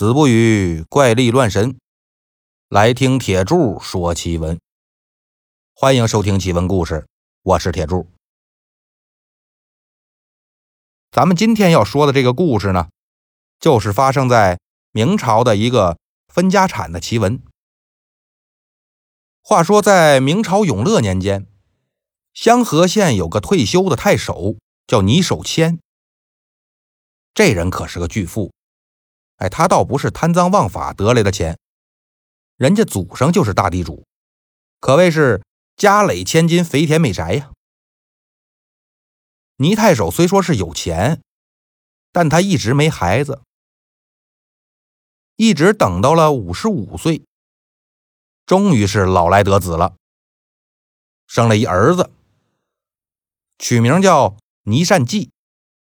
子不语怪力乱神，来听铁柱说奇闻。欢迎收听奇闻故事，我是铁柱。咱们今天要说的这个故事呢，就是发生在明朝的一个分家产的奇闻。话说在明朝永乐年间，香河县有个退休的太守叫倪守谦。这人可是个巨富，他倒不是贪赃枉法得来的钱，人家祖上就是大地主，可谓是家累千金，肥田美宅呀。倪太守虽说是有钱，但他一直没孩子，一直等到了55岁，终于是老来得子了，生了一儿子，取名叫倪善济。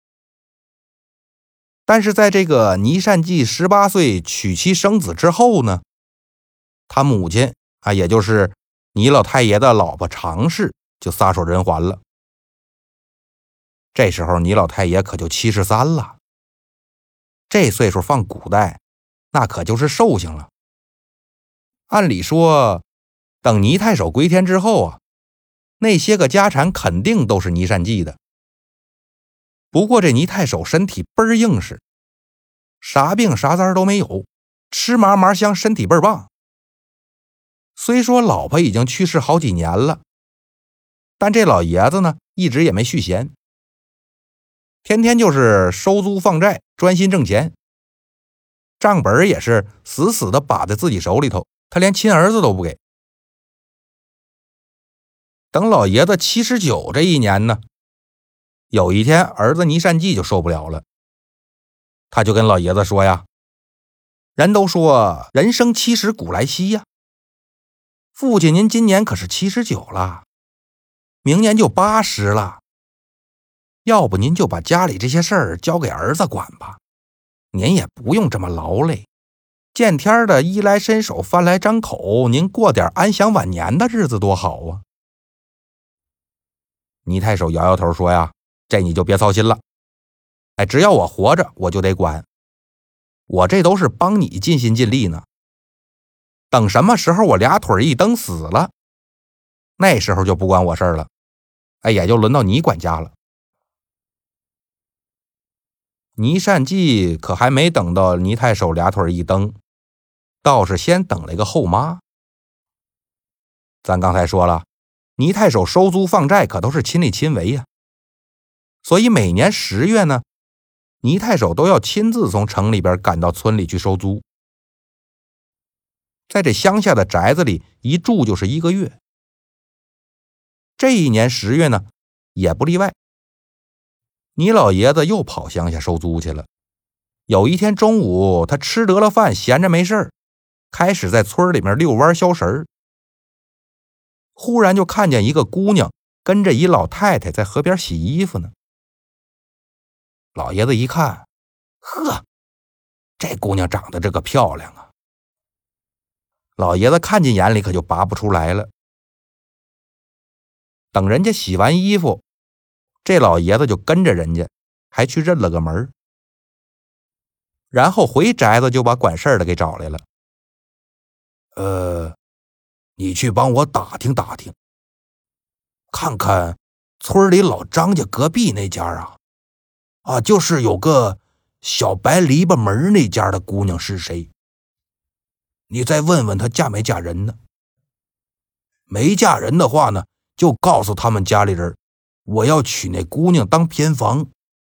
但是在这个倪善济18岁娶妻生子之后呢，他母亲也就是倪老太爷的老婆常氏就撒手人寰了。这时候倪老太爷可就73了，这岁数放古代那可就是寿星了。按理说等倪太守归天之后那些个家产肯定都是倪善济的。不过这倪太守身体倍儿硬实，啥病啥灾都没有，吃嘛嘛香，身体倍儿棒。虽说老婆已经去世好几年了，但这老爷子呢一直也没续弦，天天就是收租放债，专心挣钱，账本也是死死的把在自己手里头，他连亲儿子都不给。等老爷子79这一年呢，有一天儿子倪善济就受不了了，他就跟老爷子说呀，人都说人生70古来稀呀，父亲您今年可是79了，明年就80了，要不您就把家里这些事儿交给儿子管吧，您也不用这么劳累，见天的衣来伸手饭来张口，您过点安享晚年的日子多好啊。倪太守摇摇头说呀，这你就别操心了，只要我活着我就得管，我这都是帮你尽心尽力呢，等什么时候我俩腿一蹬死了，那时候就不关我事儿了，也就轮到你管家了。倪善济可还没等到倪太守俩腿一蹬，倒是先等了一个后妈。咱刚才说了，倪太守收租放债可都是亲力亲为呀，所以每年10月呢，倪太守都要亲自从城里边赶到村里去收租，在这乡下的宅子里一住就是1个月。这一年10月呢也不例外，倪老爷子又跑乡下收租去了。有一天中午，他吃得了饭，闲着没事儿，开始在村里面遛弯消食儿。忽然就看见一个姑娘跟着一老太太在河边洗衣服呢。老爷子一看，呵，这姑娘长得这个漂亮啊！老爷子看进眼里可就拔不出来了。等人家洗完衣服，这老爷子就跟着人家，还去认了个门，然后回宅子就把管事的给找来了。你去帮我打听打听，看看村里老张家隔壁那家就是有个小白篱笆门那家的姑娘是谁，你再问问她嫁没嫁人呢？没嫁人的话呢，就告诉他们家里人，我要娶那姑娘当偏房。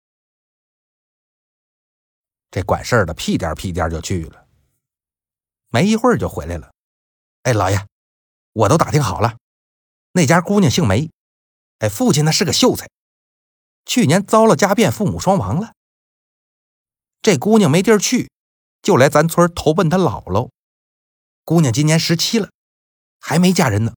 这管事的屁颠屁颠就去了，没一会儿就回来了。老爷，我都打听好了，那家姑娘姓梅，父亲呢是个秀才，去年遭了家变，父母双亡了。这姑娘没地儿去，就来咱村投奔她姥姥。姑娘今年17了，还没嫁人呢。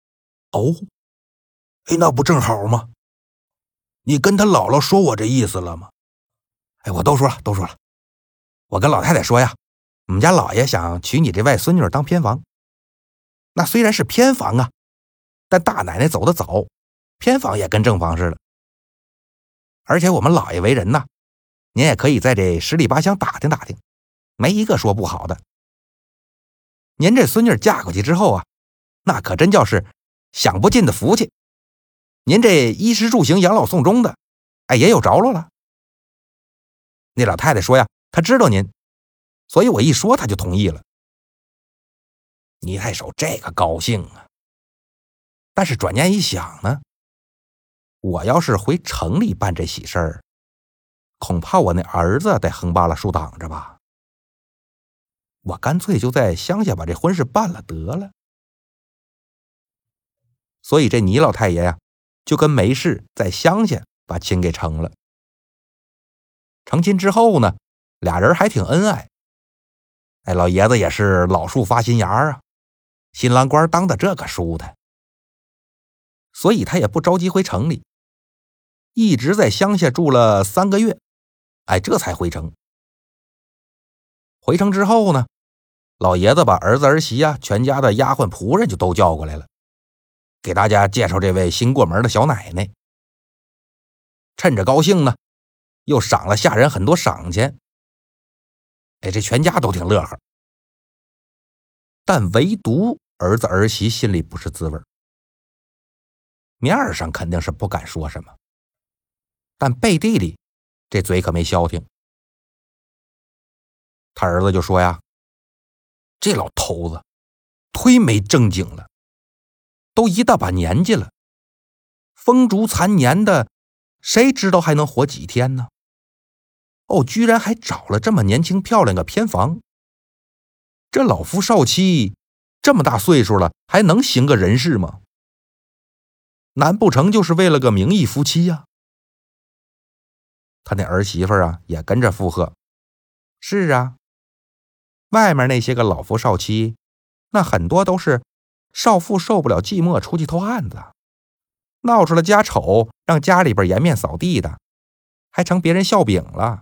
那不正好吗？你跟她姥姥说我这意思了吗？我都说了。我跟老太太说呀，我们家老爷想娶你这外孙女当偏房。那虽然是偏房但大奶奶走得早，偏房也跟正房似的。而且我们老爷为人您也可以在这十里八乡打听打听， 没一个说不好的。您这孙女嫁过去之后啊，那可真叫是享不尽的福气。您这衣食住行养老送终的，也有着落了。那老太太说呀，她知道您，所以我一说她就同意了。倪太守这个高兴啊，但是转念一想呢，我要是回城里办这喜事儿，恐怕我那儿子得横扒拉竖挡着吧。我干脆就在乡下把这婚事办了得了。所以这倪老太爷呀，就跟梅氏在乡下把亲给成了。成亲之后呢，俩人还挺恩爱。老爷子也是老树发新芽啊，新郎官当的这个舒坦，所以他也不着急回城里，一直在乡下住了3个月，这才回城。回城之后呢，老爷子把儿子儿媳啊，全家的丫鬟仆人就都叫过来了，给大家介绍这位新过门的小奶奶。趁着高兴呢，又赏了下人很多赏钱。这全家都挺乐呵。但唯独儿子儿媳心里不是滋味，面上肯定是不敢说什么，但背地里这嘴可没消停。他儿子就说呀，这老头子忒没正经了，都一大把年纪了，风烛残年的，谁知道还能活几天呢？居然还找了这么年轻漂亮个偏房。这老夫少妻这么大岁数了，还能行个人事吗？难不成就是为了个名义夫妻呀？他那儿媳妇啊也跟着附和，是啊，外面那些个老夫少妻，那很多都是少妇受不了寂寞出去偷汉子，闹出了家丑，让家里边颜面扫地的，还成别人笑柄了。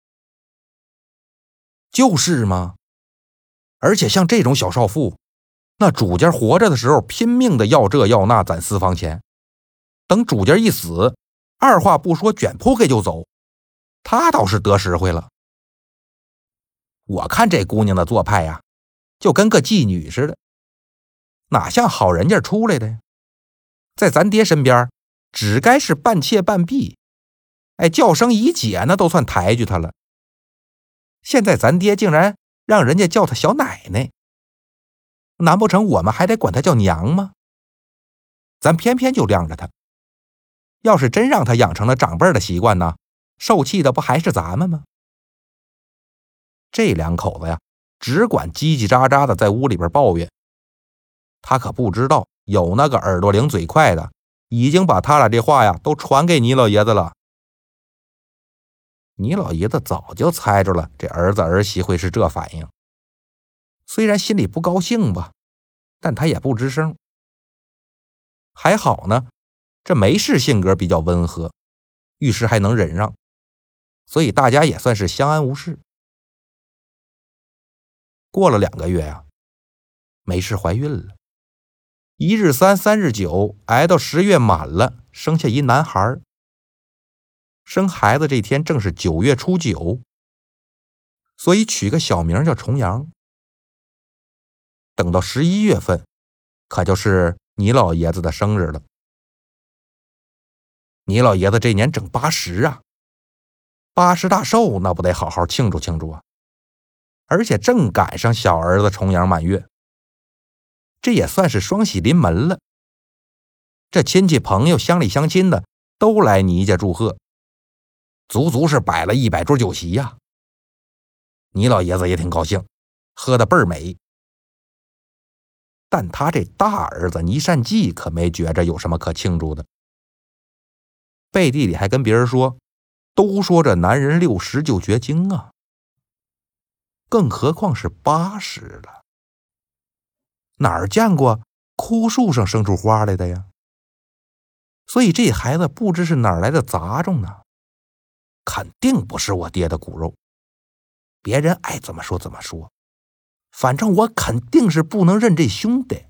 就是嘛，而且像这种小少妇，那主家活着的时候拼命的要这要那攒私房钱，等主家一死，二话不说卷铺盖就走，他倒是得实惠了。我看这姑娘的做派呀，就跟个妓女似的，哪像好人家出来的呀？在咱爹身边只该是半妾半婢，叫声姨姐那都算抬举她了。现在咱爹竟然让人家叫她小奶奶，难不成我们还得管她叫娘吗？咱偏偏就晾着她，要是真让她养成了长辈的习惯呢，受气的不还是咱们吗？这两口子呀，只管叽叽喳喳的在屋里边抱怨，他可不知道有那个耳朵灵嘴快的已经把他俩这话呀都传给倪老爷子了。倪老爷子早就猜着了这儿子儿媳会是这反应，虽然心里不高兴吧，但他也不吱声。还好呢，这梅氏性格比较温和，遇事还能忍让，所以大家也算是相安无事。过了2个月呀，梅氏怀孕了，1日3，3日9，挨到10月满了，生下一男孩。生孩子这天正是9月初9，所以取个小名叫重阳。等到11月份，可就是倪老爷子的生日了。倪老爷子这年整80啊，80大寿那不得好好庆祝庆祝啊！而且正赶上小儿子重阳满月，这也算是双喜临门了。这亲戚朋友乡里乡亲的都来倪家祝贺，足足是摆了100桌酒席呀。倪老爷子也挺高兴，喝得倍儿美。但他这大儿子倪善济可没觉着有什么可庆祝的，背地里还跟别人说，都说这男人60就绝经啊，更何况是80了，哪儿见过枯树上生出花来的呀？所以这孩子不知是哪儿来的杂种呢，肯定不是我爹的骨肉，别人爱怎么说怎么说，反正我肯定是不能认这兄弟。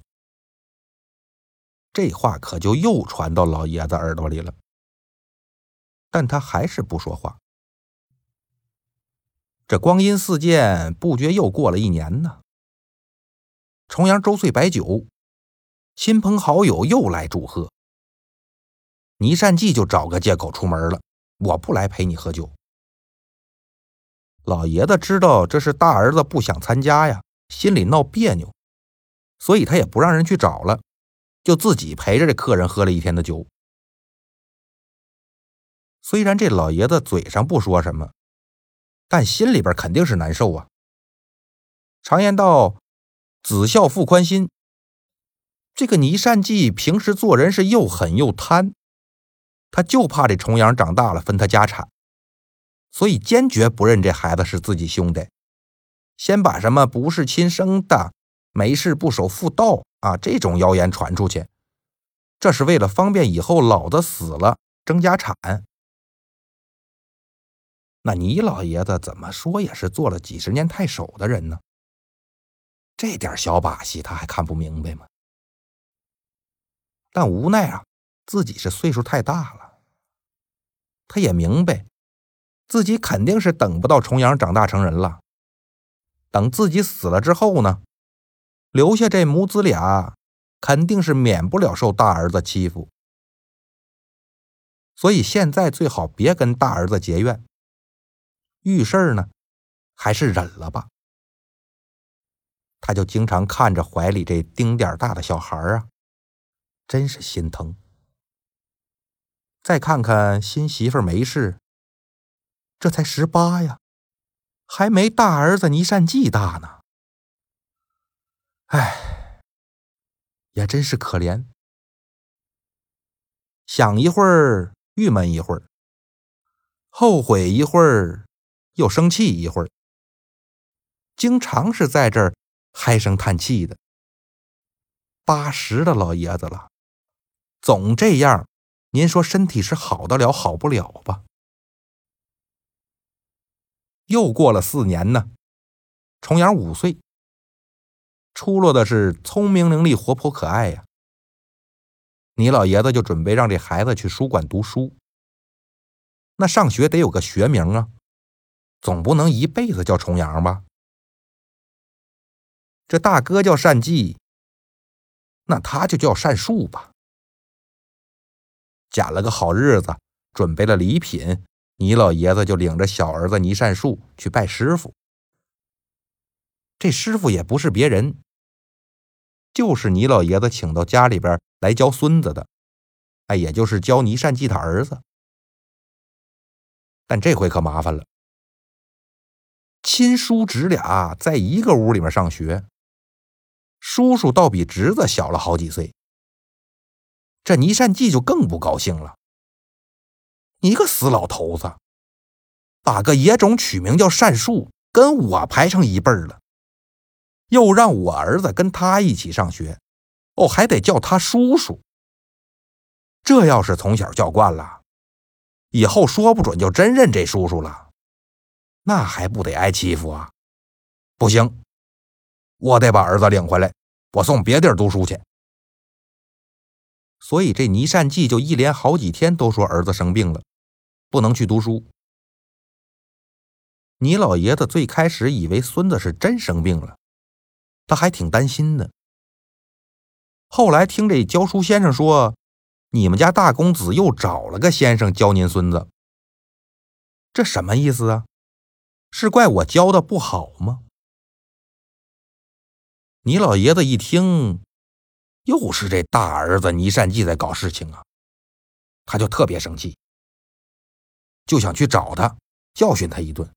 这话可就又传到老爷子耳朵里了，但他还是不说话。 这光阴似箭，不觉又过了1年呢。重阳周岁摆酒，亲朋好友又来祝贺。倪善济就找个借口出门了，我不来陪你喝酒。老爷子知道这是大儿子不想参加呀，心里闹别扭，所以他也不让人去找了，就自己陪着这客人喝了1天的酒。虽然这老爷子嘴上不说什么，但心里边肯定是难受啊。常言道，子孝父宽心。这个倪善济平时做人是又狠又贪，他就怕这重阳长大了分他家产，所以坚决不认这孩子是自己兄弟，先把什么不是亲生的、没事不守妇道啊这种谣言传出去，这是为了方便以后老子死了争家产。那倪老爷子怎么说也是做了几十年太守的人呢，这点小把戏他还看不明白吗？但无奈啊，自己是岁数太大了，他也明白自己肯定是等不到重阳长大成人了，等自己死了之后呢，留下这母子俩肯定是免不了受大儿子欺负，所以现在最好别跟大儿子结怨，遇事呢还是忍了吧。他就经常看着怀里这丁点大的小孩啊，真是心疼。再看看新媳妇没事，这才18呀，还没大儿子倪善济大呢。唉，也真是可怜。想一会儿郁闷一会儿，后悔一会儿又生气一会儿，经常是在这儿唉声叹气的。80的老爷子了，总这样，您说身体是好得了好不了吧？又过了4年呢，重阳5岁，出落的是聪明伶俐、活泼可爱呀。倪老爷子就准备让这孩子去书馆读书。那上学得有个学名啊，总不能一辈子叫重阳吧？这大哥叫善济，那他就叫善树吧。拣了个好日子，准备了礼品，倪老爷子就领着小儿子倪善树去拜师傅。这师傅也不是别人，就是倪老爷子请到家里边来教孙子的，也就是教倪善济的儿子。但这回可麻烦了，亲叔侄俩在一个屋里面上学，叔叔倒比侄子小了好几岁。这倪善济就更不高兴了，你个死老头子，把个野种取名叫善树，跟我排成一辈了，又让我儿子跟他一起上学，还得叫他叔叔。这要是从小叫惯了，以后说不准就真认这叔叔了，那还不得挨欺负啊？不行，我得把儿子领回来，我送别地儿读书去。所以这倪善济就一连好几天都说儿子生病了，不能去读书。倪老爷子最开始以为孙子是真生病了，他还挺担心的。后来听这教书先生说，你们家大公子又找了个先生教您孙子，这什么意思啊？是怪我教的不好吗？倪老爷子一听，又是这大儿子倪善济在搞事情啊，他就特别生气，就想去找他教训他一顿。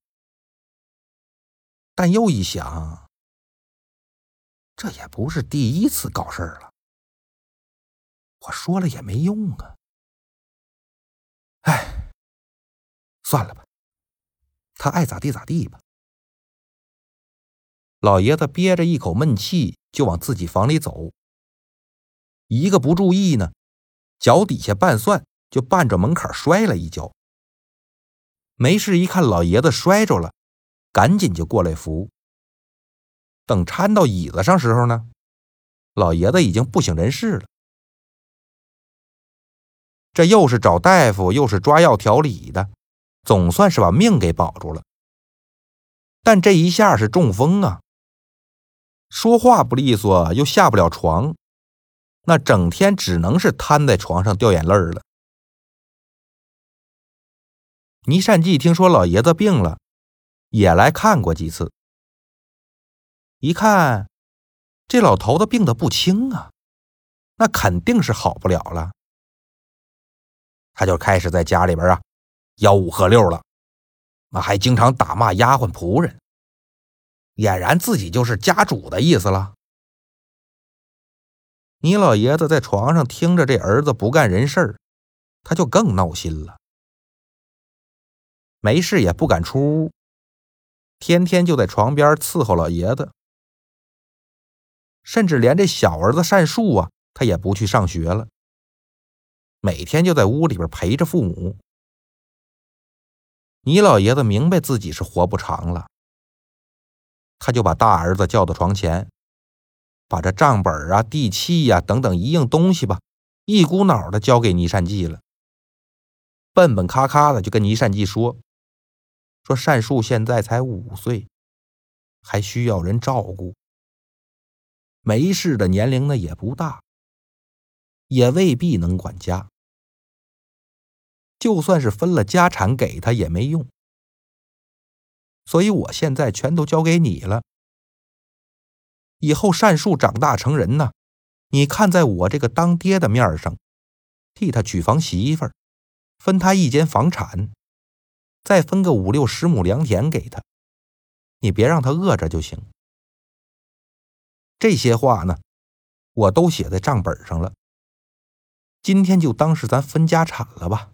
但又一想，这也不是第一次搞事儿了，我说了也没用啊。算了吧，他爱咋地咋地吧。老爷子憋着一口闷气就往自己房里走，一个不注意呢，脚底下拌蒜就绊着门槛摔了一跤。没事一看老爷子摔着了，赶紧就过来扶。等搀到椅子上时候呢，老爷子已经不省人事了。这又是找大夫又是抓药调理的，总算是把命给保住了。 但这一下是中风啊，说话不利索，又下不了床，那整天只能是瘫在床上掉眼泪了。倪善济听说老爷子病了，也来看过几次，一看这老头子病得不轻啊，那肯定是好不了了。他就开始在家里边吆五喝六了，那还经常打骂丫鬟仆人，俨然自己就是家主的意思了。倪老爷子在床上听着这儿子不干人事，他就更闹心了，没事也不敢出屋，天天就在床边伺候老爷子，甚至连这小儿子善树他也不去上学了，每天就在屋里边陪着父母。倪老爷子明白自己是活不长了，他就把大儿子叫到床前，把这账本地契等等一应东西一股脑的交给倪善济了，笨笨咔咔的就跟倪善济说善树现在才5岁，还需要人照顾，没事的年龄呢也不大，也未必能管家，就算是分了家产给他也没用，所以我现在全都交给你了。以后善树长大成人呢，你看在我这个当爹的面上，替他娶房媳妇儿，分他一间房产，再分个5、60亩良田给他，你别让他饿着就行。这些话呢，我都写在账本上了，今天就当是咱分家产了吧。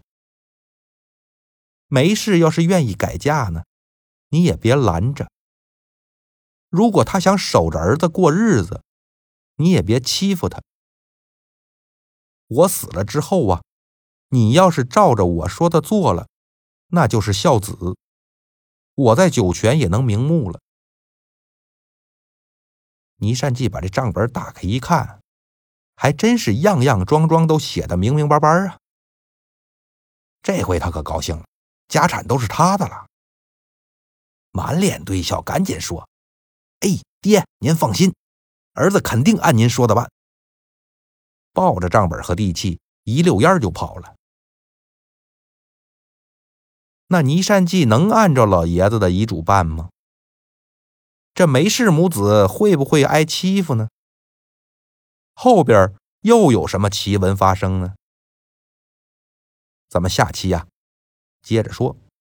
没事要是愿意改嫁呢，你也别拦着。如果他想守着儿子过日子，你也别欺负他。我死了之后你要是照着我说的做了，那就是孝子，我在九泉也能瞑目了。倪善济把这账本打开一看，还真是样样桩桩都写得明明白白这回他可高兴了，家产都是他的了，满脸堆笑，赶紧说：“哎，爹，您放心，儿子肯定按您说的办。”抱着账本和地契一溜烟就跑了。那倪善济能按照老爷子的遗嘱办吗？这梅氏母子会不会挨欺负呢？后边又有什么奇闻发生呢？咱们下期接着说。